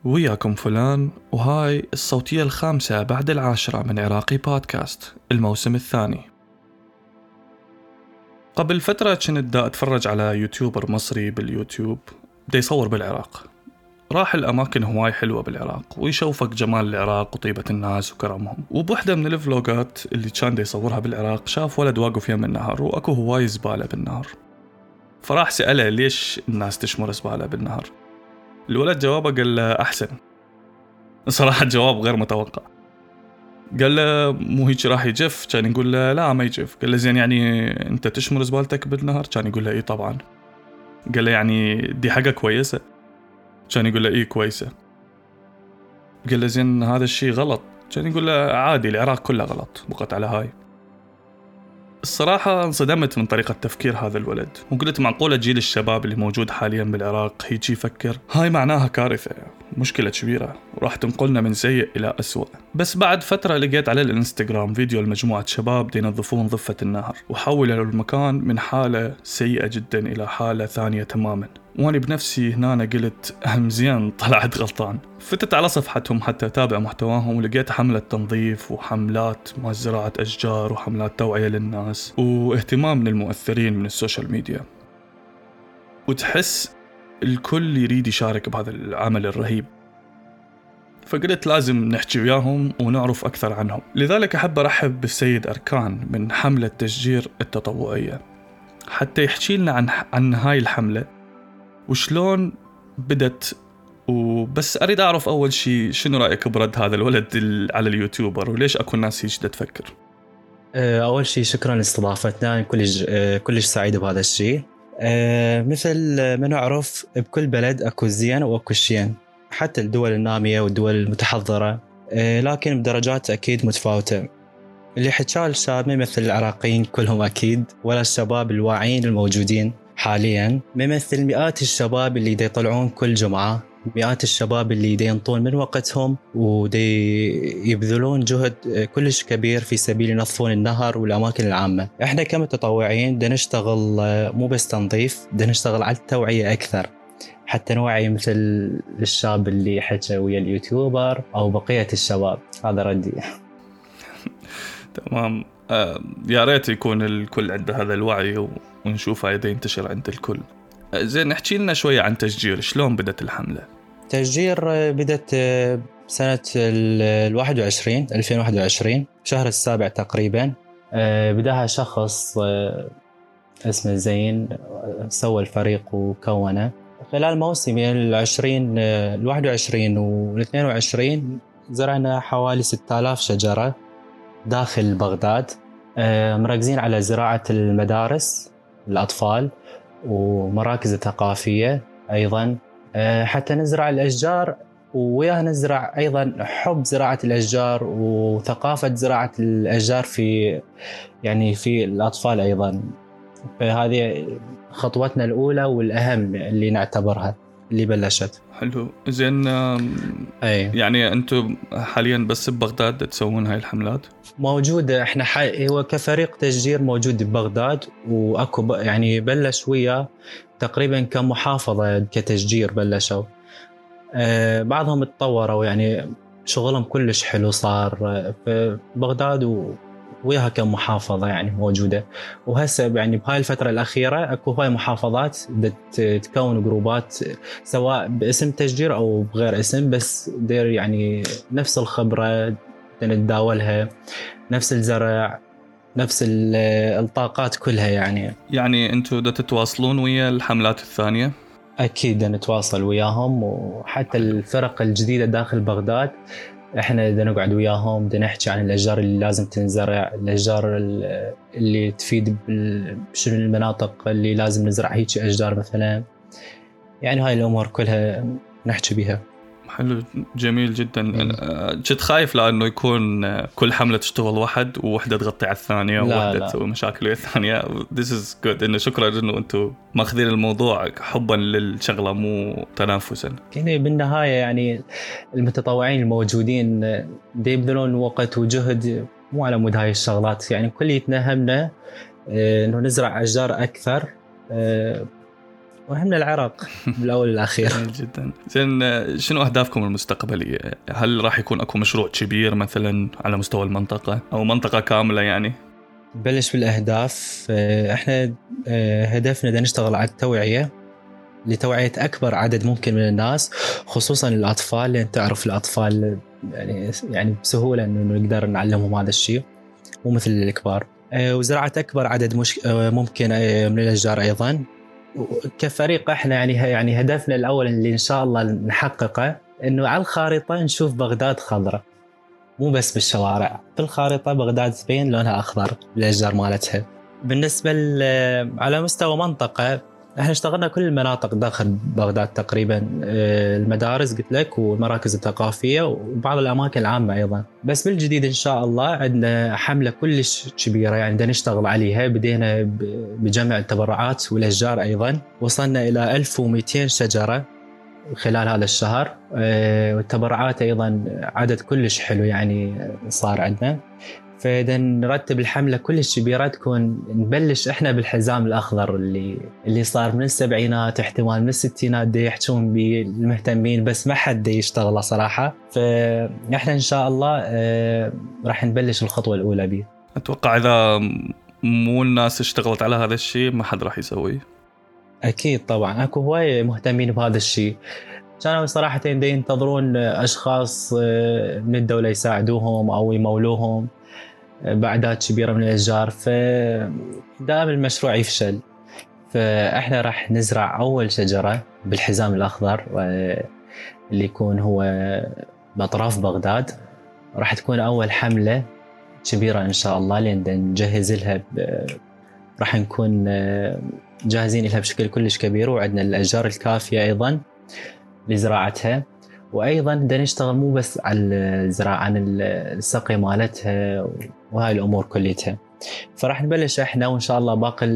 وياكم فلان، وهاي الصوتية الخامسة بعد 10 من عراقي بودكاست الموسم الثاني. قبل فترة كنت دا أتفرج على يوتيوبر مصري باليوتيوب دا يصور بالعراق. راح الأماكن هواي حلوة بالعراق ويشوفك جمال العراق وطيبة الناس وكرمهم. وبوحدة من الفلوجات اللي كان دا يصورها بالعراق شاف ولد واقف يم النهر وأكو هواي زبالة بالنهر، فراح سأله ليش الناس تشمر زبالة بالنهر. الولد جوابه قال له أحسن. صراحة جواب غير متوقع. قال له مو هيك راح يجف؟ كان يقول له لا ما يجف. قال له زين يعني انت تشمر زبالتك بالنهر؟ كان يقول له اي طبعا. قال له يعني دي حاجة كويسة؟ كان يقول له اي كويسة. قال له زين هذا الشيء غلط؟ كان يقول له عادي العراق كله غلط بقت على هاي. الصراحة انصدمت من طريقة تفكير هذا الولد وقلت معقولة جيل الشباب اللي موجود حاليا بالعراق هيجي يفكر؟ هاي معناها كارثة، مشكلة كبيرة وراح تنقلنا من سيء إلى أسوأ. بس بعد فترة لقيت على الانستغرام فيديو لمجموعة شباب ينظفون ضفة النهر وحولوا المكان من حالة سيئة جدا إلى حالة ثانية تماما. وأنا بنفسي هنا قلت زين طلعت غلطان. فتت على صفحتهم حتى أتابع محتواهم ولقيت حملة تنظيف وحملات زراعة أشجار وحملات توعية للناس واهتمام من المؤثرين من السوشيال ميديا، وتحس الكل يريد يشارك بهذا العمل الرهيب. فقلت لازم نحكي وياهم ونعرف أكثر عنهم. لذلك أحب أرحب بالسيد أركان من حملة تشجير التطوعية حتى يحكي لنا عن هاي الحملة وشلون بدت. وبس أريد أعرف أول شيء شنو رأيك برد هذا الولد على اليوتيوبر وليش أكو ناس هيك تفكر؟ أول شيء شكرا لاستضافتنا، كلش سعيد بهذا الشيء. مثل ما نعرف بكل بلد أكو الزين وأكو الشين، حتى الدول النامية والدول المتحضرة، لكن بدرجات أكيد متفاوتة. اللي حكاه الشاب مثل العراقيين كلهم أكيد، ولا الشباب الواعيين الموجودين حاليا ممثل مئات الشباب اللي يطلعون كل جمعة، مئات الشباب اللي ينطون من وقتهم ويبذلون جهد كلش كبير في سبيل ينظفون النهر والأماكن العامة. احنا كمتطوعين بدنا نشتغل مو بس تنظيف، بدنا نشتغل على التوعية أكثر حتى نوعي مثل الشاب اللي حكى ويا اليوتيوبر أو بقية الشباب. هذا ردي. تمام. يا ريت يكون الكل عنده هذا الوعي ونشوف هذا ينتشر عند الكل. زين احكي لنا شوية عن تشجير، شلون بدت الحملة؟ تشجير بدت سنة 2021 شهر السابع تقريبا. بداها شخص اسمه زين، سوى الفريق وكونه خلال موسمين 21 و 22 زرعنا حوالي 6000 شجرة داخل بغداد، مركزين على زراعة المدارس الأطفال ومراكز ثقافية أيضا، حتى نزرع الأشجار وياها نزرع أيضا حب زراعة الأشجار وثقافة زراعة الأشجار في الأطفال أيضا. فهذه خطوتنا الأولى والأهم اللي نعتبرها اللي بلشت. حلو. زين يعني أنتم حاليا بس ببغداد تسوون هاي الحملات؟ موجودة احنا هو كفريق تشجير موجود ببغداد، واكو يعني بلش ويا تقريبا كمحافظة كتشجير بلشوا. بعضهم تطوروا يعني شغلهم كلش حلو صار في بغداد وياها كمحافظة يعني موجودة. وهسه يعني بهاي الفترة الأخيرة اكو هاي محافظات تكون جروبات سواء باسم تشجير او بغير اسم، بس دير يعني نفس الخبرة نتداولها، نفس الزرع، نفس الطاقات كلها. يعني أنتوا دا تتواصلون ويا الحملات الثانية؟ أكيد نتواصل وياهم، وحتى الفرق الجديدة داخل بغداد احنا بدنا نقعد وياهم، بدنا نحكي عن الأشجار اللي لازم تنزرع، الأشجار اللي تفيد شنو المناطق اللي لازم نزرع هيك أشجار مثلا. يعني هاي الأمور كلها نحكي بها. حلو، جميل جدا. كنت خايف لأنه يكون كل حملة تشتغل واحد ووحدة تغطي على الثانية ووحدة تسوي مشاكل الثانية. This is good. إنه شكرا إنه أنتوا ماخذين الموضوع حبا للشغلة مو تنافسا. يعني بالنهاية يعني المتطوعين الموجودين يبذلون وقت وجهد مو على مود هاي الشغلات، يعني كليتنا همنا إنه نزرع أشجار أكثر وهمنا العراق بالاول والاخير. جميل جدا. زين، شنو اهدافكم المستقبليه؟ هل راح يكون اكو مشروع كبير مثلا على مستوى المنطقه او منطقه كامله يعني؟ نبلش بالاهداف. احنا هدفنا ده نشتغل على التوعيه لتوعيه اكبر عدد ممكن من الناس، خصوصا الاطفال، لان تعرف الاطفال يعني بسهوله انه نقدر نعلمهم هذا الشيء مو مثل الكبار. وزراعه اكبر عدد ممكن من الاشجار ايضا. كفريق احنا يعني هدفنا الاول اللي ان شاء الله نحققه انه على الخارطه نشوف بغداد خضراء، مو بس بالشوارع، بالخارطه بغداد تبين لونها اخضر بالاشجار مالتها. بالنسبه على مستوى منطقه، احنا اشتغلنا كل المناطق داخل بغداد تقريبا، المدارس قلت لك والمراكز الثقافيه وبعض الاماكن العامه ايضا. بس بالجديد ان شاء الله عندنا حمله كلش كبيره يعني بدنا نشتغل عليها. بدينا بجمع التبرعات والاشجار ايضا، وصلنا الى 1200 شجره خلال هذا الشهر. والتبرعات ايضا عدد كلش حلو يعني صار عندنا. فإذا نرتب الحملة كلش كبيرة تكون نبلش إحنا بالحزام الأخضر اللي صار من السبعينات، احتمال من الستينات دي يحجون به المهتمين، بس ما حد يشتغله صراحة. فإحنا إن شاء الله راح نبلش الخطوة الأولى به. أتوقع إذا مو الناس اشتغلت على هذا الشيء ما حد راح يسويه. أكيد طبعا أكو هواية مهتمين بهذا الشيء، كانوا صراحة دي ينتظرون أشخاص من الدولة يساعدوهم أو يمولوهم بأعداد كبيرة من الأشجار، فدائما المشروع يفشل. فإحنا راح نزرع أول شجرة بالحزام الأخضر اللي يكون هو بأطراف بغداد. راح تكون أول حملة كبيرة إن شاء الله، لأن نجهز لها راح نكون جاهزين لها بشكل كلش كبير، وعندنا الأشجار الكافية أيضا لزراعتها. وايضا بدنا نشتغل مو بس على الزراعه، عن السقي مالتها وهاي الامور كلها. فراح نبلش احنا وان شاء الله باقي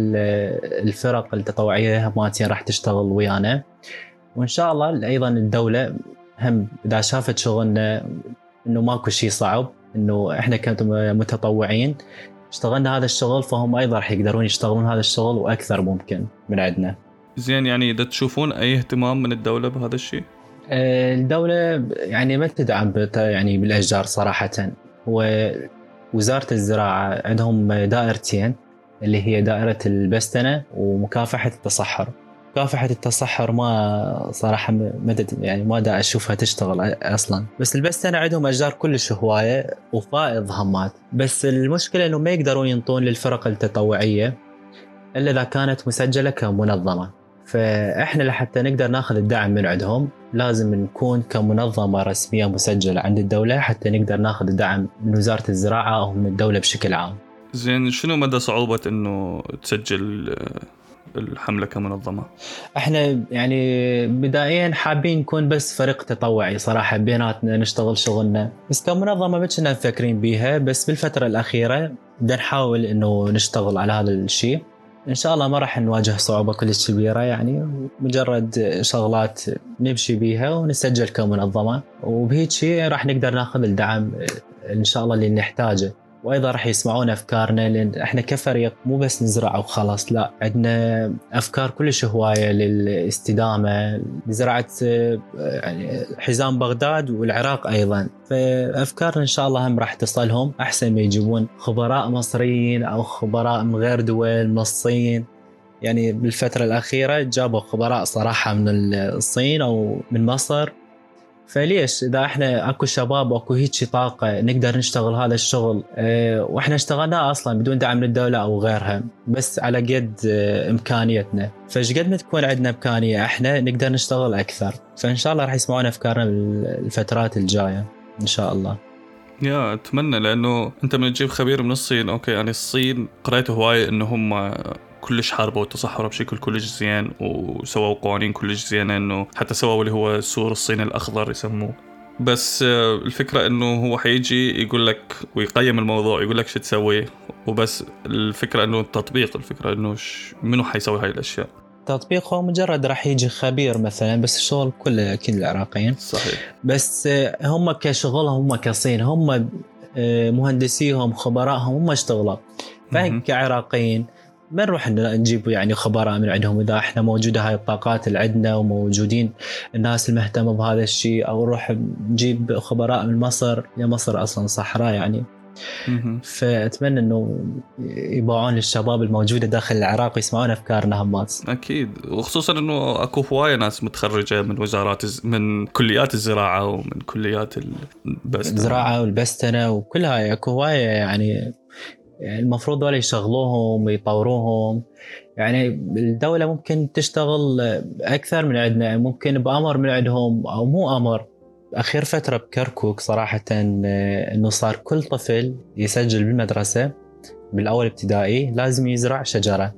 الفرق التطوعيه مالتين راح تشتغل ويانا، وان شاء الله ايضا الدوله هم اذا شافت شغلنا انه ماكو شيء صعب، انه احنا كمتطوعين اشتغلنا هذا الشغل، فهم ايضا راح يقدرون يشتغلون هذا الشغل واكثر ممكن من عندنا. زين، يعني اذا تشوفون اي اهتمام من الدوله بهذا الشيء؟ الدولة يعني ما تدعم يعني بالأشجار صراحة. ووزارة الزراعة عندهم دائرتين، اللي هي دائرة البستنة ومكافحة التصحر. مكافحة التصحر ما صراحة يعني ما دا أشوفها تشتغل أصلا، بس البستنة عندهم أشجار كلش هواية وفائض همات. بس المشكلة إنه ما يقدرون ينطون للفرق التطوعية إلا إذا كانت مسجلة كمنظمة. فإحنا لحتى نقدر ناخذ الدعم من عندهم لازم نكون كمنظمة رسمية مسجلة عند الدولة حتى نقدر ناخذ الدعم من وزارة الزراعة أو من الدولة بشكل عام. زين، شنو مدى صعوبة إنه تسجل الحملة كمنظمة؟ إحنا يعني بدائيا حابين نكون بس فريق تطوعي صراحة، بيناتنا نشتغل شغلنا، بس كمنظمة ما كنا مفكرين بيها. بس بالفترة الأخيرة بدنا نحاول إنه نشتغل على هذا الشيء. إن شاء الله ما راح نواجه صعوبة كلش كبيرة، يعني مجرد شغلات نمشي بيها ونسجل كمنظمة، وبهيك شيء راح نقدر ناخذ الدعم إن شاء الله اللي نحتاجه. وأيضا راح يسمعون أفكارنا، لأن إحنا كفريق مو بس نزرع وخلاص، لا، عندنا أفكار كلش هواية للاستدامة، لزراعة يعني حزام بغداد والعراق أيضا. فأفكارنا إن شاء الله هم راح تصلهم أحسن ما يجيبون خبراء مصريين أو خبراء من غير دول، من الصين. يعني بالفترة الأخيرة جابوا خبراء صراحة من الصين أو من مصر. فليش إذا إحنا أكو شباب وأكو هيك طاقة نقدر نشتغل هذا الشغل، وإحنا اشتغلناه أصلاً بدون دعم من الدولة أو غيرها، بس على قد إمكانيتنا. فشقد ما تكون عندنا إمكانية إحنا نقدر نشتغل أكثر. فإن شاء الله راح يسمعون أفكارنا بالفترات الجاية إن شاء الله. يا أتمنى، لأنه أنت من تجيب خبير من الصين، أوكي يعني الصين قرأت هواية إنه هم كلش حاربوا التصحر بشكل كلش زين، وسووا قوانين كلش زينة، إنه حتى سووا اللي هو سور الصين الأخضر يسموه. بس الفكرة إنه هو حيجي يقول لك ويقيم الموضوع، يقول لك شو تسوي وبس. الفكرة إنه التطبيق، الفكرة إنه منو حيسوي هاي الأشياء. تطبيق هو مجرد راح يجي خبير مثلا، بس الشغل كله أكيد العراقيين. صحيح. بس هم كشغلهم، هم كصين، هم مهندسيهم خبرائهم هم اشتغلوا. فهم كعراقيين ما نروح نجيب يعني خبراء من عندهم إذا إحنا موجودة هاي الطاقات اللي عندنا وموجودين الناس المهتمة بهذا الشيء، أو نروح نجيب خبراء من مصر، يا مصر أصلا صحراء يعني. فأتمنى إنه يباعون للشباب الموجودة داخل العراق ويسمعون أفكارنا همات. أكيد، وخصوصا إنه أكو هواية ناس متخرجة من وزارات من كليات الزراعة ومن كليات الزراعة والبستنة وكل هاي أكو هواية يعني المفروض ولا يشغلوهم ويطوروهم. يعني الدولة ممكن تشتغل أكثر من عندنا، ممكن بأمر من عندهم أو مو أمر. أخير فترة بكركوك صراحة إنه صار كل طفل يسجل بالمدرسة بالأول ابتدائي لازم يزرع شجرة.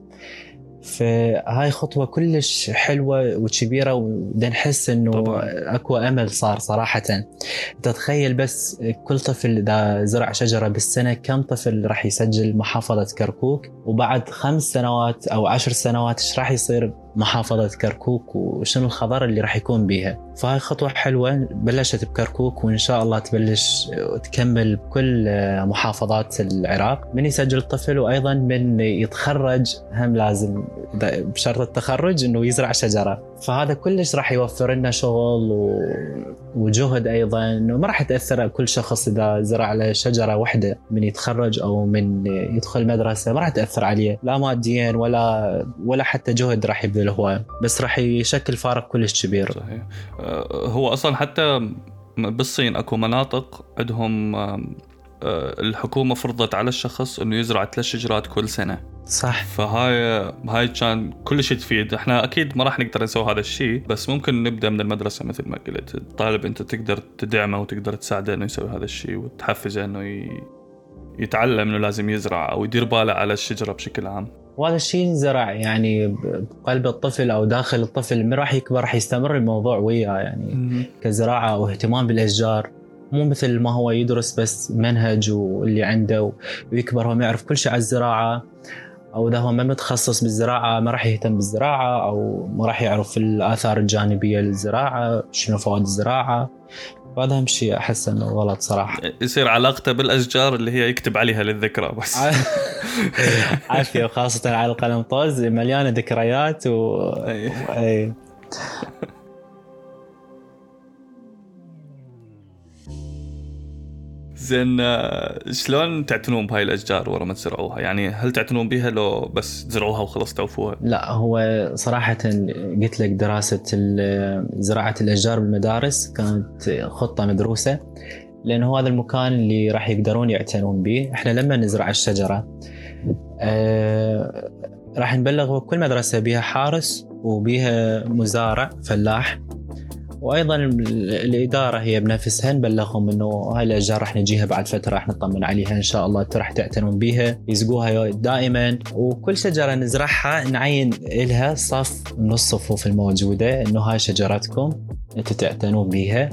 فهاي خطوة كلش حلوة وكبيرة، ودا نحس إنه طبعاً. أكو أمل صار صراحة. تتخيل بس كل طفل إذا زرع شجرة بالسنة كم طفل راح يسجل محافظة كركوك، وبعد 5 سنوات أو 10 سنوات إيش راح يصير محافظة كركوك وشنو الخضار اللي راح يكون بيها. فهاي خطوة حلوة بلشت بكركوك، وإن شاء الله تبلش وتكمل بكل محافظات العراق. من يسجل الطفل وأيضا من يتخرج هم لازم بشرط التخرج إنه يزرع شجرة. فهذا كلش راح يوفر لنا شغل وجهد أيضا، إنه ما راح تأثر كل شخص إذا زرع له شجرة واحدة من يتخرج أو من يدخل مدرسة، ما راح تأثر عليه لا ماديا ولا حتى جهد راح يبذل هو، بس راح يشكل فارق كلش كبير. صحيح. هو أصلا حتى بالصين أكو مناطق عندهم الحكومة فرضت على الشخص إنه يزرع 3 شجرات كل سنة. صح. فهاي كان كل شيء تفيد. احنا اكيد ما راح نقدر نسوي هذا الشيء، بس ممكن نبدا من المدرسه مثل ما قلت. الطالب انت تقدر تدعمه وتقدر تساعده انه يسوي هذا الشيء، وتحفزه انه يتعلم انه لازم يزرع او يدير باله على الشجره بشكل عام. وهذا الشيء زرع يعني بقلب الطفل او داخل الطفل، من راح يكبر راح يستمر الموضوع وياه يعني كزراعه واهتمام بالاشجار. مو مثل ما هو يدرس بس منهج واللي عنده ويكبر هو ما يعرف كل شيء عن الزراعه، أو إذا هو ما متخصص بالزراعة ما راح يهتم بالزراعة، أو ما راح يعرف الآثار الجانبية للزراعة، شنو فوائد الزراعة. وهذا هم شيء أحس أنه غلط صراحة. يصير علاقته بالأشجار اللي هي يكتب عليها للذكرى بس. عافية، وخاصة على القلم طوز مليانة ذكريات أي. زين، شلون تعتنون بهاي الأشجار ورا ما تزرعوها؟ يعني هل تعتنون بيها لو بس تزرعوها وخلص توفوها؟ لا، هو صراحة قلت لك دراسة زراعة الأشجار بالمدارس كانت خطة مدروسة، لأنه هذا المكان اللي راح يقدرون يعتنون به. إحنا لما نزرع الشجرة راح نبلغ كل مدرسة بها حارس وبها مزارع فلاح، وأيضا الإدارة هي بنفسها نبلغهم إنه هاي الأشجار راح نجيها بعد فترة، راح نطمن عليها إن شاء الله راح تعتنون بيها، يسقوها دائما. وكل شجرة نزرعها نعين إلها صف من الصفوف الموجودة إنه هاي شجرتكم أنتوا تعتنون بيها.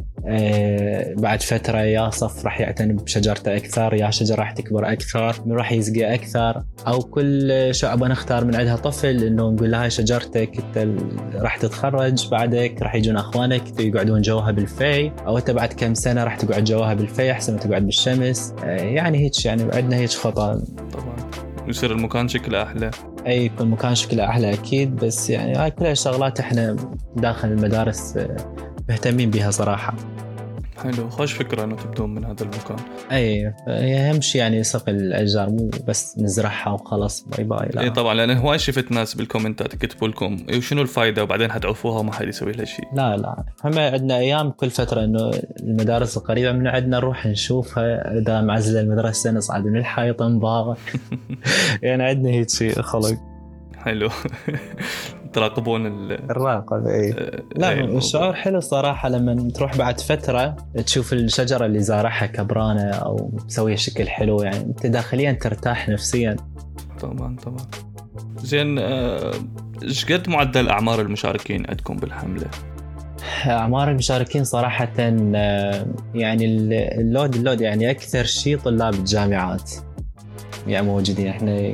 بعد فترة يا صف راح يعتني بشجرته أكثر، يا شجرة راح تكبر أكثر، من راح يسقي أكثر. أو كل شعبة نختار من عندها طفل إنه نقول لها هاي شجرتك أنت راح تتخرج بعدك، راح يجون أخوانك يقعدون جواها بالفي، أو أنت بعد كم سنة راح تقعد جواها بالفي أحسن ما تقعد بالشمس. يعني هيك يعني عندنا هيك خطة. طبعا يصير المكان شكله أحلى. أي يكون المكان شكله أحلى أكيد، بس يعني هاي كلها شغلات إحنا داخل المدارس مهتمين بها صراحة. حلو، خوش فكرة إنه تبدون من هذا المكان. أي أهم شيء يعني سقي الأشجار، مو بس نزرعها وخلاص باي باي. لا. إيه طبعا، لأن هواي شفت ناس بالكومنتات يكتبوا لكم وشنو الفائدة وبعدين حتعوفوها وما حد يسوي لها شيء. لا هم عندنا أيام كل فترة إنه المدارس القريبة من عندنا نروح نشوفها، إذا معزلة المدرسة نصعد من الحائط نباغ. يعني عندنا هيك شيء خلق. حلو. تراقبون الراقب. لا الشعور حلو صراحة لما تروح بعد فترة تشوف الشجرة اللي زارعها كبرانة أو مسوية شكل حلو، يعني أنت داخليا ترتاح نفسيا. طبعا. زين، إيش قد معدل أعمار المشاركين عندكم بالحملة؟ أعمار المشاركين صراحة يعني اللود يعني أكثر شيء طلاب الجامعات يعني موجودين. احنا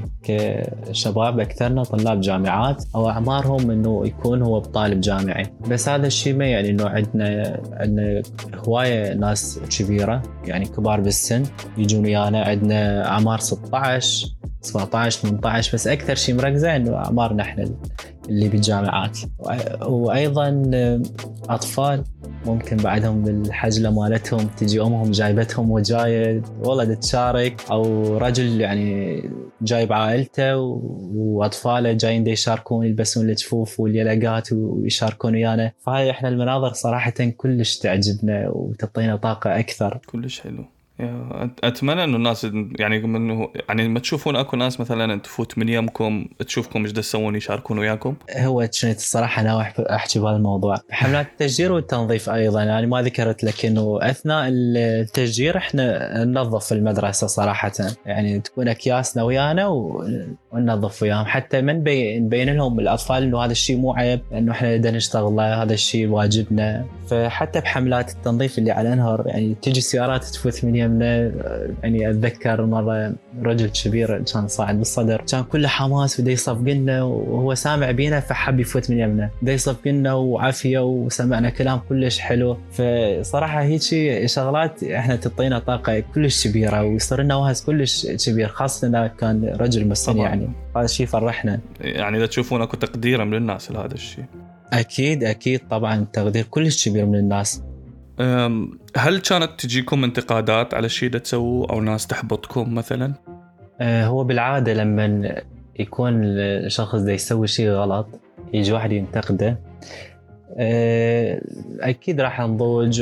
كشباب اكثرنا طلاب جامعات او اعمارهم انه يكون هو بطالب جامعي، بس هذا الشيء ما يعني انه عندنا هوايه ناس كبيره يعني كبار بالسن يجون ويانا. عندنا اعمار 16 17 18 بس اكثر شيء مركزه انه اعمارنا احنا اللي بالجامعات. وايضا اطفال ممكن بعدهم بالحجله مالتهم تجي امهم جايبتهم وجايه والله تشارك، او رجل يعني جايب عائلته واطفاله جايين يشاركون يلبسون الجفوف واليلقات ويشاركون ويانا. فهاي احنا المناظر صراحه كلش تعجبنا وتعطينا طاقه اكثر. كلش حلو. اتمنى انه الناس يعني منه يعني ما تشوفون اكو ناس مثلا تفوت من يمكم تشوفكم ايش تسوون يشاركون وياكم. هو كنت الصراحه انا احكي بهذا الموضوع حملات التشجير والتنظيف ايضا. يعني ما ذكرت لك انه اثناء التشجير احنا ننظف المدرسه صراحه، يعني تكون اكياسنا ويانا وننظف وياهم حتى نبين لهم الاطفال انه هذا الشيء مو عيب، انه احنا بدنا نشتغل هذا الشيء واجبنا. فحتى بحملات التنظيف اللي على الانهر يعني تجي سيارات تفوت من يمنا. يعني اتذكر مره رجل كبير كان صاعد بالصدر كان كله حماس ودا يصفق لنا وهو سامع بينا فحب يفوت من يمنا، دا يصفق لنا وعافيه وسمعنا كلام كلش حلو. فصراحه هيك شغلات احنا تعطينا طاقه كلش كبيره ويصير لنا وهز كلش كبير، خاصه انه كان رجل مسن. يعني هذا الشيء فرحنا. يعني اذا تشوفون اكو تقدير من الناس لهذا الشيء. اكيد طبعا تقدير كلش كبير من الناس. هل كانت تجيكم انتقادات على الشيء اللي تسووه او ناس تحبطكم مثلا؟ هو بالعاده لما يكون الشخص ده يسوي شيء غلط يجي واحد ينتقده، اكيد راح نضوج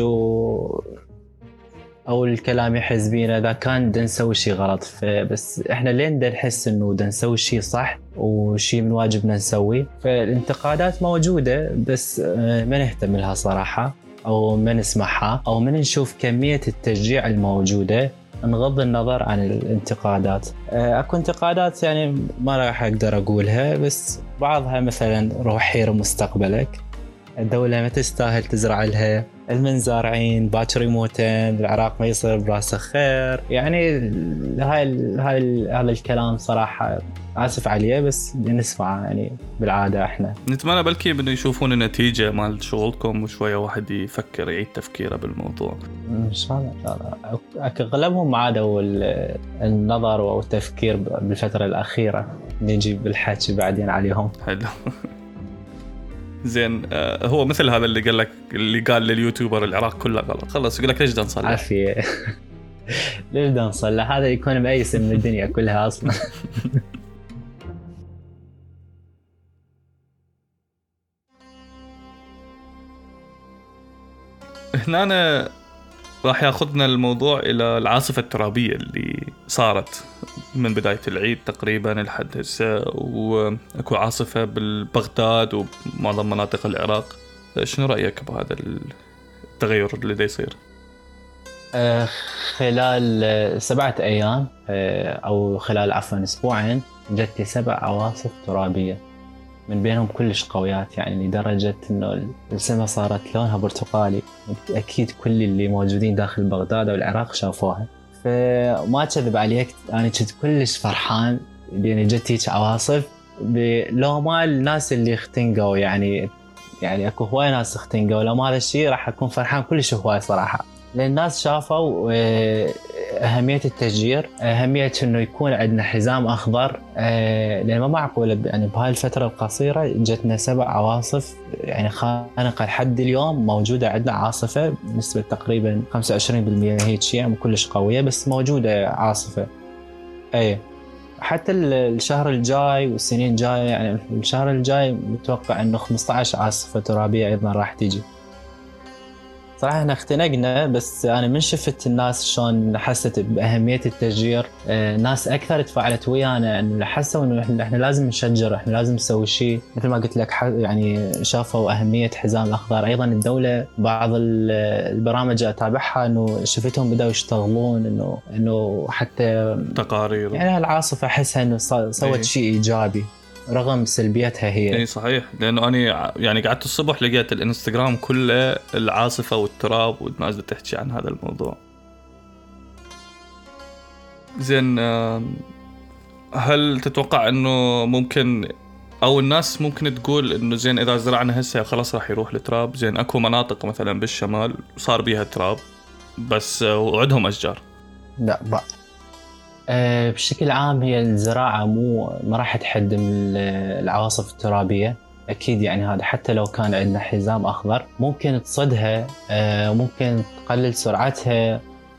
او الكلام يحز بينا اذا كان بدنا نسوي شيء غلط. فبس احنا لين بدنا نحس انه بدنا نسوي شيء صح وشيء من واجبنا نسويه، فالانتقادات موجوده بس ما نهتم لها صراحه او ما نسمعها او ما نشوف كميه التشجيع الموجوده، نغض النظر عن الانتقادات. اكو انتقادات يعني ما راح اقدر اقولها، بس بعضها مثلا روح حير مستقبلك، الدولة ما تستاهل تزرع لها، المنزارعين باكر يموتون، العراق ما يصير براسه خير. يعني هذا الكلام صراحة آسف عليه بس نسمعه يعني بالعادة. احنا نتمنى بلكي بدنا يشوفون النتيجة مال شغلكم وشوية واحد يفكر يعيد تفكيره بالموضوع. إن شاء الله. أغلبهم عادوا النظر أو التفكير بالفترة الأخيرة، نجي بالحكي بعدين عليهم. حلو. زين، هو مثل هذا اللي قال لليوتيوبر العراق كله غلط، خلص يقول لك ليش بدنا نصلح؟ عافية. ليش بدنا نصلح؟ هذا يكون مأيس من الدنيا كلها أصلا. هنا راح ياخذنا الموضوع إلى العاصفة الترابية اللي صارت من بداية العيد تقريبا لحد هسه، وأكو عاصفة بالبغداد ومعظم مناطق العراق. شنو رأيك بهذا التغير اللي دا يصير؟ خلال 7 أيام أو خلال أسبوعين جت 7 عواصف ترابية، من بينهم كلش قويات، يعني لدرجة إنه السماء صارت لونها برتقالي. أكيد كل اللي موجودين داخل بغداد والعراق شافوها. فما أكذب عليك أنا كنت كلش فرحان لأن جت هيك عواصف. لو ما الناس اللي اختنقوا يعني أكو هواي ناس اختنقوا، لو ما هذا الشيء راح أكون فرحان كلش هواي صراحة. لأن الناس شافوا أهمية التشجير، أهمية إنه يكون عندنا حزام أخضر. لأن ما معقول يعني بهاي الفترة القصيرة جتنا 7 عواصف يعني خانقة. لحد اليوم موجودة عندنا عاصفة بنسبة تقريبا 25% هيك شيء، يعني كلش قوية بس موجودة عاصفة. حتى الشهر الجاي والسنين الجاية، يعني الشهر الجاي متوقع إنه 15 عاصفة ترابية أيضا راح تيجي. صراحة احنا اختنقنا، بس أنا من شفت الناس شلون حست بأهمية التشجير، ناس أكثر تفاعلت ويانا إنه حسوا إنه إحنا لازم نشجر، إحنا لازم نسوي شيء. مثل ما قلت لك يعني شافوا أهمية حزام الأخضر. أيضا الدولة بعض البرامج أتابعها إنه شفتهم بدأوا يشتغلون إنه حتى تقارير، يعني العاصفة أحسها إنه سوت شيء إيجابي رغم سلبياتها هي. اي صحيح، لانه انا يعني قعدت الصبح لقيت الانستغرام كله العاصفه والتراب والناس بتحكي عن هذا الموضوع. زين، هل تتوقع انه ممكن او الناس ممكن تقول انه زين اذا زرعنا هسه خلاص راح يروح التراب؟ زين اكو مناطق مثلا بالشمال صار بيها تراب بس وعندهم اشجار. لا بشكل عام هي الزراعة ما راح تحد من العواصف الترابية أكيد، يعني هذا حتى لو كان عندنا حزام أخضر ممكن تصدها، ممكن تقلل سرعتها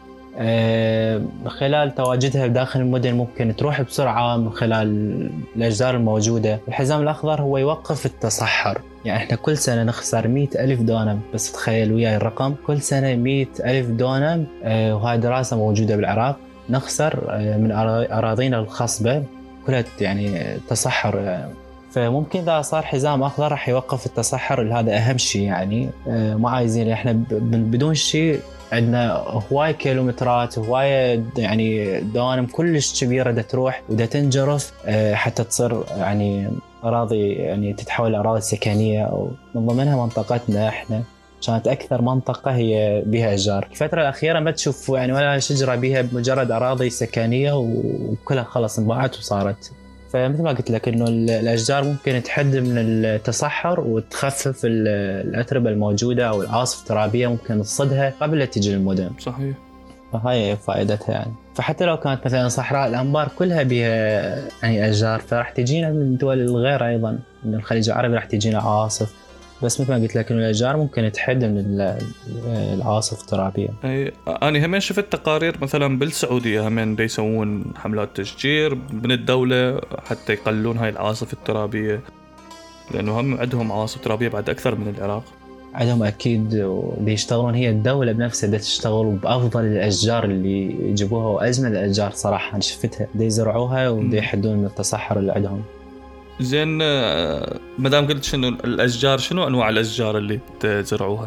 خلال تواجدها داخل المدن، ممكن تروح بسرعة من خلال الأشجار الموجودة. الحزام الأخضر هو يوقف التصحر، يعني احنا كل سنة نخسر 100,000 دونم، بس تخيل وياي الرقم، كل سنة 100,000 دونم، وهاي دراسة موجودة بالعراق، نخسر من أراضينا الخصبة كلها يعني تصحر. فممكن إذا صار حزام أخضر راح يوقف التصحر، هذا أهم شيء يعني. ما عايزين احنا بدون شيء عندنا هواي كيلومترات، هواي يعني دوانم كلش كبيرة دا تروح ودا تنجرف حتى تصير يعني أراضي، يعني تتحول لأراضي سكنية، أو من ضمنها منطقتنا احنا كانت أكثر منطقة هي بها أشجار. الفترة الأخيرة ما تشوف يعني ولا شجرة بها، بمجرد أراضي سكنية وكلها خلاص انباعت وصارت. فمثل ما قلت لك إنه الأشجار ممكن تحد من التصحر وتخفف الأتربة الموجودة أو العواصف الترابية، ممكن تصدها قبل لا تجي للمدن. صحيح. فهاي فائدتها يعني. فحتى لو كانت مثلا صحراء الأنبار كلها بها يعني أشجار، فراح تجينا من الدول الغير أيضا من الخليج العربي راح تجينا عواصف، بس مثل ما قلت لك إنه الأشجار ممكن تحد من العواصف الترابية. أي أنا همين شفت تقارير مثلا بالسعودية همين دا يسوون حملات تشجير من الدولة حتى يقللون هاي العواصف الترابية، لأنه هم عندهم عواصف ترابية بعد أكثر من العراق. عندهم أكيد، ودي يشتغلون، هي الدولة بنفسها دا تشتغل بأفضل الأشجار اللي يجيبوها، وأجمل الأشجار صراحة أنا شفتها، دا يزرعوها ودا يحدون من التصحر اللي عندهم. زين، مدام قلت شنو الأشجار، شنو أنواع الأشجار اللي تزرعوها؟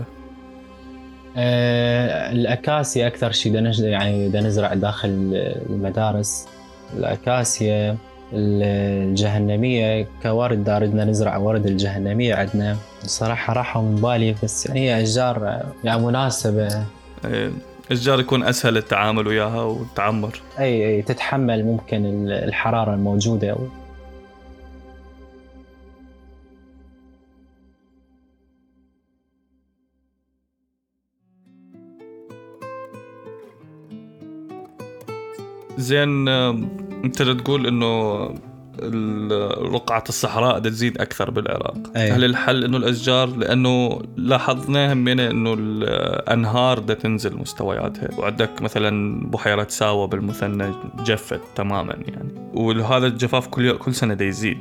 الأكاسيا أكثر شيء يعني دا نزرع داخل المدارس. الأكاسيا، الجهنمية كورد، داردنا نزرع ورد الجهنمية عندنا. الصراحة راحوا من بالي، بس يعني هي أشجار يعني مناسبة. أشجار يكون أسهل التعامل وياها وتعمر. أي تتحمل ممكن الحرارة الموجودة. زين، أنت تقول إنه رقعة الصحراء دا تزيد أكثر بالعراق. هل الحل إنه الأشجار، لأنه لاحظنا همينة إنه الأنهار دا تنزل مستوياتها، وعندك مثلا بحيرة ساوة بالمثنى جفت تماما يعني، وهذا الجفاف كل سنة دا يزيد.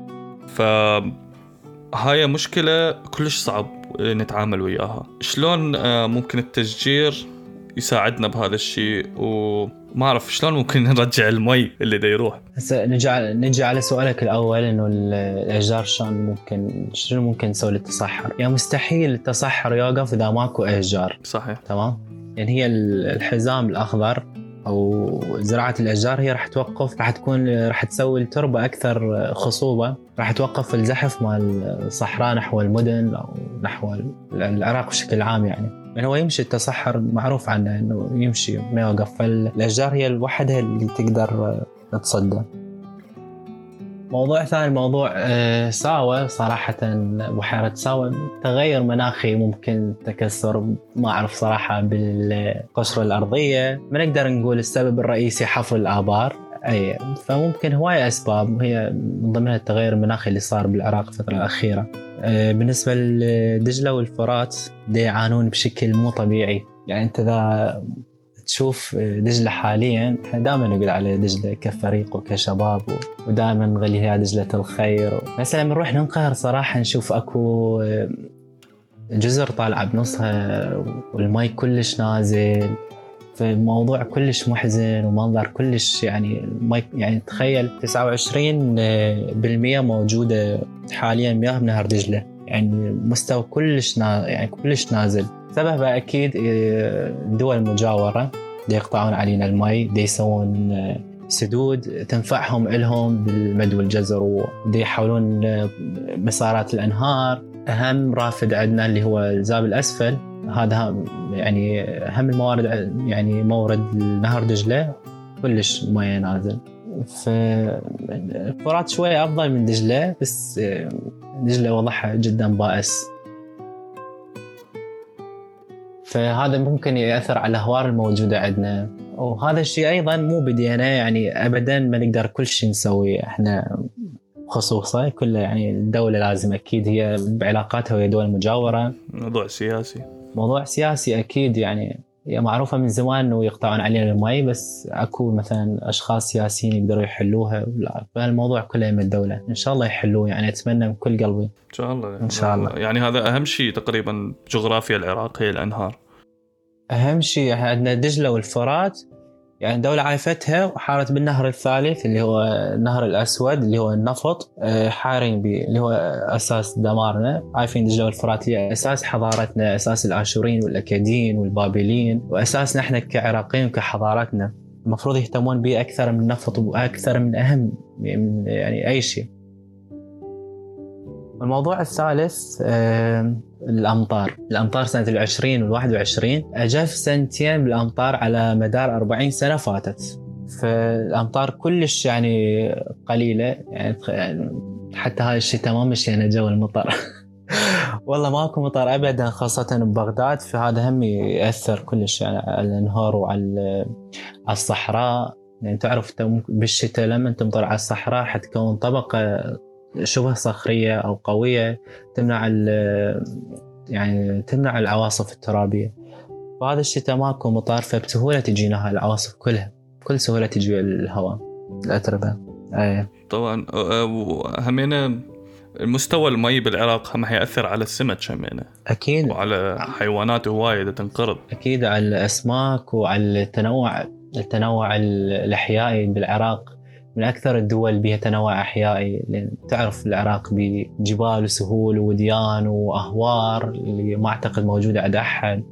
فهاي مشكلة كلش صعب نتعامل وياها. شلون ممكن التشجير يساعدنا بهذا الشيء؟ وما أعرف شلون ممكن نرجع المي اللي دا يروح. هسه نجي على سؤالك الأول، إنه الأشجار شنو ممكن نسوي للتصحر؟ يعني مستحيل التصحر يوقف إذا ماكو أشجار. صحيح. تمام. يعني هي الحزام الأخضر أو زراعة الأشجار هي راح توقف، راح تسوي التربة أكثر خصوبة، راح توقف الزحف مال الصحراء نحو المدن أو نحو العراق بشكل عام. يعني هو يمشي التصحر معروف عنه إنه يمشي ما يوقف، فالأشجار هي الوحدة اللي تقدر تصده. موضوع ثاني، موضوع ساوة. صراحة بحيرة ساوة تغير مناخي، ممكن تكسر، ما أعرف صراحة بالقشرة الأرضية. ما نقدر نقول السبب الرئيسي حفر الآبار، فممكن هواية أسباب، هي من ضمنها التغير المناخي اللي صار بالعراق الفترة الأخيرة. بالنسبة لدجلة والفرات دا يعانون بشكل مو طبيعي. يعني أنت إذا تشوف دجلة حاليا، احنا دائما نقول على دجلة كفريق وكشباب، ودائما نغليها دجلة الخير. مثلا نروح ننقهر صراحة، نشوف اكو جزر طالعة بنصها والماء كلش نازل، فالموضوع كلش محزن ومنظر كلش يعني يعني تخيل 29% موجودة حاليا مياه بنهر دجلة، يعني مستوى كلش نازل. سببها أكيد الدول المجاورة دي يقطعون علينا المي، دي يسوون سدود تنفعهم إلهم بالمد والجزر، ودي يحاولون مسارات الأنهار. أهم رافد عندنا اللي هو الزاب الأسفل، هذا يعني أهم الموارد، يعني مورد نهر دجلة كلش مياه نازل. فالفرات شوية أفضل من دجلة، بس دجلة وضعها جدا بائس. فهذا ممكن يأثر على الأهوار الموجودة عندنا، وهذا الشيء أيضا مو بدينا، يعني أبدا ما نقدر كل شيء نسويه إحنا خصوصا كله، يعني الدولة لازم أكيد هي بعلاقاتها وهي دول مجاورة. موضوع سياسي أكيد، يعني هي معروفة من زمان إنه يقطعون علينا المي، بس أكو مثلا أشخاص سياسيين يقدروا يحلوها. لا، فالموضوع كله من الدولة، إن شاء الله يحلوه، يعني أتمنى من كل قلبي إن شاء الله. إن شاء الله. يعني هذا أهم شيء تقريبا جغرافيا العراق هي الأنهار. أهم شيء عندنا دجلة والفرات، يعني دولة عايفتها وحارت بالنهر الثالث اللي هو النهر الأسود اللي هو النفط، حارين به اللي هو أساس دمارنا. عارفين دجلة والفرات هي أساس حضارتنا، أساس الآشوريين والأكاديين والبابليين، وأساسنا إحنا كعراقيين وكحضارتنا. المفروض يهتمون به أكثر من النفط وأكثر من أهم من يعني أي شيء. الموضوع الثالث الأمطار سنة 20 و21 أجاف سنتين بالأمطار على مدار 40 سنة فاتت. فالأمطار كلش يعني قليلة، يعني حتى هاي الشتاء ما مشينا جو المطر والله ماكو مطر أبدا، خاصة ببغداد. فهذا هم يأثر كلش يعني على الأنهار وعلى الصحراء. يعني تعرف بالشتاء لما تمطر على الصحراء حتكون طبقة شبه صخرية أو قوية تمنع العواصف الترابية. وهذا الشتاء ماكو مطار، فبسهولة تجينا هاي العواصف كلها، بكل سهولة تجي الهواء الأتربة. طبعا همينة المستوى المي بالعراق هم هيأثر على السمك همينة أكيد، وعلى حيوانات هواية تنقرض، أكيد على الأسماك وعلى التنوع الأحيائي بالعراق. من أكثر الدول بها تنوع أحيائي، لأن تعرف العراق بجبال وسهول ووديان وأهوار اللي ما أعتقد موجودة عند أحد.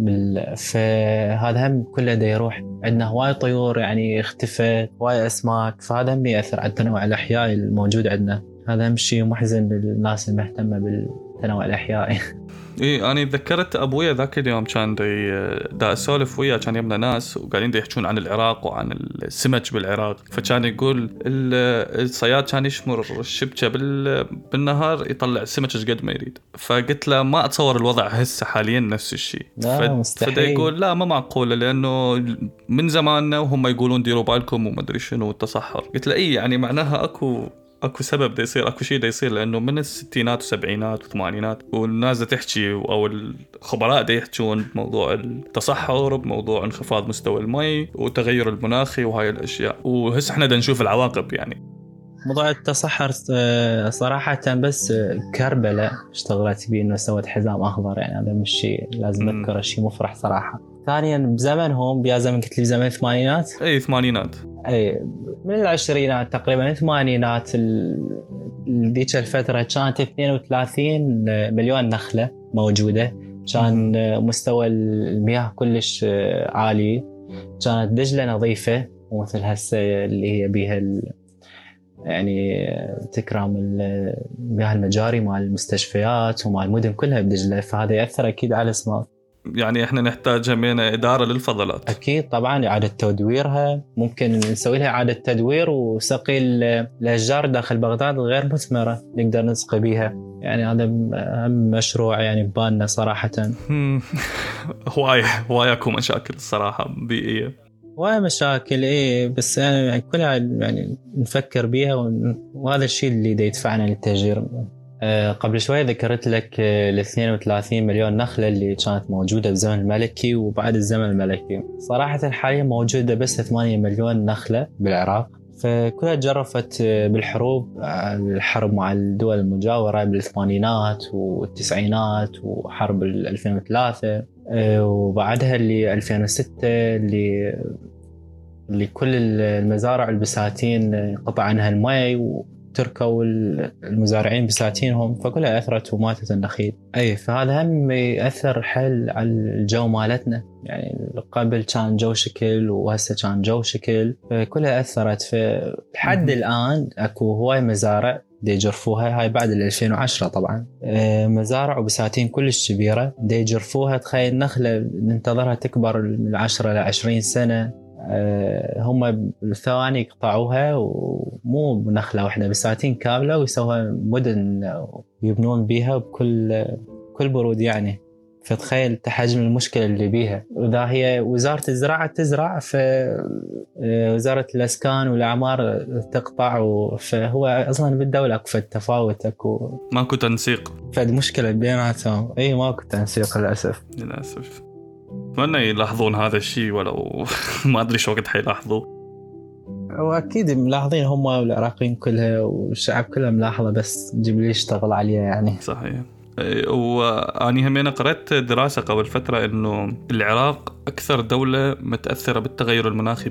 فهذا هم كله دا يروح. عندنا هواي طيور يعني اختفت، هواي أسماك، فهذا هم يأثر على التنوع الأحيائي الموجود عندنا. هذا هم شيء محزن للناس المهتمة بالتنوع الأحيائي. إيه أنا تذكرت أبويا ذاك اليوم كان دا أسولف وياه، كان يبنى ناس وقاعدين دا يحكون عن العراق وعن السمك بالعراق. فكان يقول الصياد كان يشمر الشبكة بالنهار يطلع سمك قد ما يريد. فقلت له ما أتصور الوضع هسه حاليا نفس الشيء. فدا يقول لا ما معقولة، لأنه من زماننا وهم يقولون ديروا بالكم وما أدري شنو التصحر. قلت له إيه يعني معناها اكو سبب دا يصير، اكو شيء دا يصير، لانه من الستينات والسبعينات والثمانينات والناس دا تحكي او الخبراء دا يحكون بموضوع التصحر، بموضوع انخفاض مستوى المي وتغير المناخي وهاي الاشياء، وهسه احنا دا نشوف العواقب. يعني موضوع التصحر صراحة بس كربلاء اشتغلت بيه انه سوت حزام اخضر، يعني هذا مش شيء لازم اذكره، شيء مفرح صراحة. ثانيا بزمنهم بيا زمن قلت لي زمن الثمانينات، اي ثمانينات، اي من العشرينات تقريبا الثمانينات ذيك الفترة كانت 32 مليون نخلة موجودة. كان مستوى المياه كلش عالي، كانت دجلة نظيفة ومثل هسه اللي هي بيها يعني تكرام المياه المجاري مع المستشفيات ومع المدن كلها بدجلة. فهذا يأثر أكيد على الأسماك. يعني احنا نحتاج من إدارة للفضلات. أكيد طبعا إعادة تدويرها، ممكن نسوي لها إعادة تدوير وسقي الأشجار داخل بغداد غير مثمرة نقدر نسقي بيها. يعني هذا مشروع يعني ببالنا صراحة. هواية أكو مشاكل الصراحة بيئية، ومشاكل إيه، بس يعني كلها يعني نفكر بيها وهذا الشيء اللي دا يدفعنا للتغيير. قبل شوي ذكرت لك 32 مليون نخلة اللي كانت موجودة بزمن الملكي وبعد الزمن الملكي. صراحة حاليا موجودة بس 8 مليون نخلة بالعراق. فكلها جرفت بالحروب، الحرب مع الدول المجاورة بالثمانينات والتسعينات وحرب 2003، وبعدها اللي 2006 اللي كل المزارع البساتين قطع عنها المي تركوا المزارعين بساتينهم، فكلها أثرت وماتت النخيل. أي فهذا هم يأثر حل على الجو مالتنا. يعني قبل كان جو شكل وهسه كان جو شكل، فكلها أثرت. فلحد الآن أكو هواي مزارع دي يجرفوها، هاي بعد 2010 طبعا، مزارع وبساتين كلش كبيرة دي يجرفوها. تخيل نخلة ننتظرها تكبر من 10 ل 20 سنة، هم بالثواني يقطعوها، ومو نخلة واحدة بساتين كاملة ويسوها مدن ويبنون بيها بكل برود يعني. فتخيل حجم المشكلة اللي بيها. وإذا هي وزارة الزراعة تزرع، وزارة الإسكان والأعمار تقطع، فهو أصلا بالدولة أكو تفاوت، أكو ماكو تنسيق، فد مشكلة بيناتهم. أي ماكو تنسيق للأسف. للأسف. أتمنى يلاحظون هذا الشيء، ولو ما أدري شو وقت حيلاحظوا. وأكيد ملاحظين هم والعراقيين كلها والشعب كله ملاحظة، بس جيبلي يشتغل عليها يعني. صحيح. وأني همين قرأت دراسة قبل فترة إنه العراق أكثر دولة متأثرة بالتغير المناخي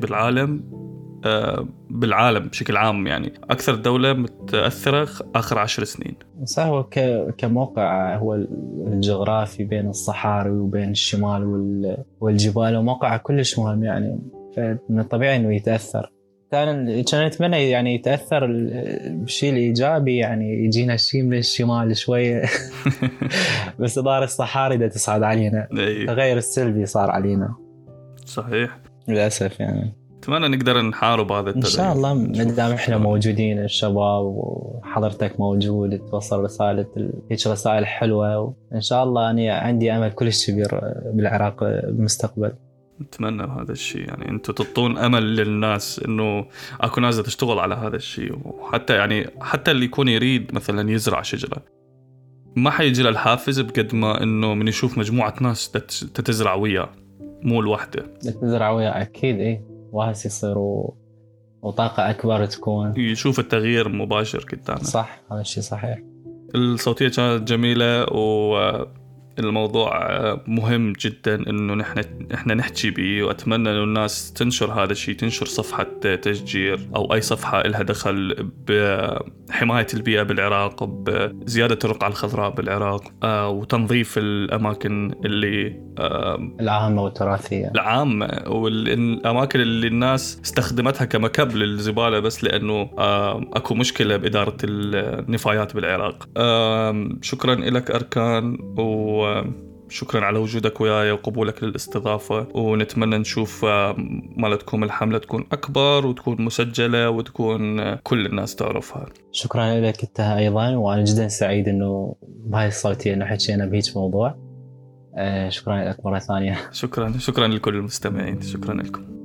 بالعالم بشكل عام، يعني أكثر دولة متأثرة آخر 10 سنين. صح. هو كموقع، هو الجغرافي بين الصحاري وبين الشمال والجبال، وموقع كلش مهم يعني، فمن الطبيعي إنه يتأثر. كان أتمنى يعني يتأثر بالشيء الإيجابي، يعني يجينا شيء من الشمال شوية. بس إدارة الصحاري دا تصعد علينا، التغير السلبي صار علينا. صحيح للأسف يعني. أتمنى نقدر نحارب هذا التغير إن شاء الله، مدام إحنا موجودين الشباب وحضرتك موجود توصل هيك رسائل حلوة، وإن شاء الله أنا عندي أمل كلش كبير بالعراق بالمستقبل. نتمنى هذا الشيء، يعني أنتوا تعطون أمل للناس إنه أكو ناس تشتغل على هذا الشيء. وحتى يعني حتى اللي يكون يريد مثلا يزرع شجرة، ما حيجي له الحافز بقد ما إنه من يشوف مجموعة ناس تتزرع وياه، مو الوحدة تزرع وياه. أكيد إيه، وهس يصيروا وطاقة أكبر تكون، يشوف التغيير مباشر قدامه. صح، هذا الشيء صحيح. الصوتية كانت جميلة، والموضوع مهم جدا إنه إحنا نحكي به. وأتمنى إنه الناس تنشر هذا الشيء، تنشر صفحة تشجير أو أي صفحة لها دخل بحماية البيئة بالعراق، بزيادة الرقعة الخضراء بالعراق، وتنظيف الأماكن اللي العامة والتراثية العامة، والأماكن اللي الناس استخدمتها كمكب للزبالة بس لأنه أكو مشكلة بإدارة النفايات بالعراق. شكرا لك أركان، وشكرا على وجودك وياي وقبولك للاستضافة. ونتمنى نشوف مالتكم الحملة تكون أكبر وتكون مسجلة وتكون كل الناس تعرفها. شكرا لك أنت أيضا، وأنا جدا سعيد أنه بهاي الصوتية أنه حكينا بهيج موضوع. شكرا لك مرة ثانية. شكرا لكل المستمعين. شكرا لكم.